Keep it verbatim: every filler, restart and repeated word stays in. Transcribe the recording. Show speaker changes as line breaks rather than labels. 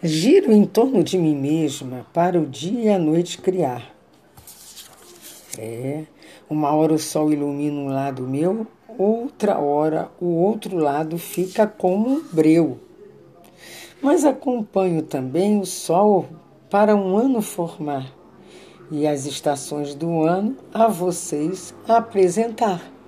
Giro em torno de mim mesma para o dia e a noite criar. É, uma hora o sol ilumina um lado meu, outra hora o outro lado fica como um breu. Mas acompanho também o sol para um ano formar e as estações do ano a vocês apresentar.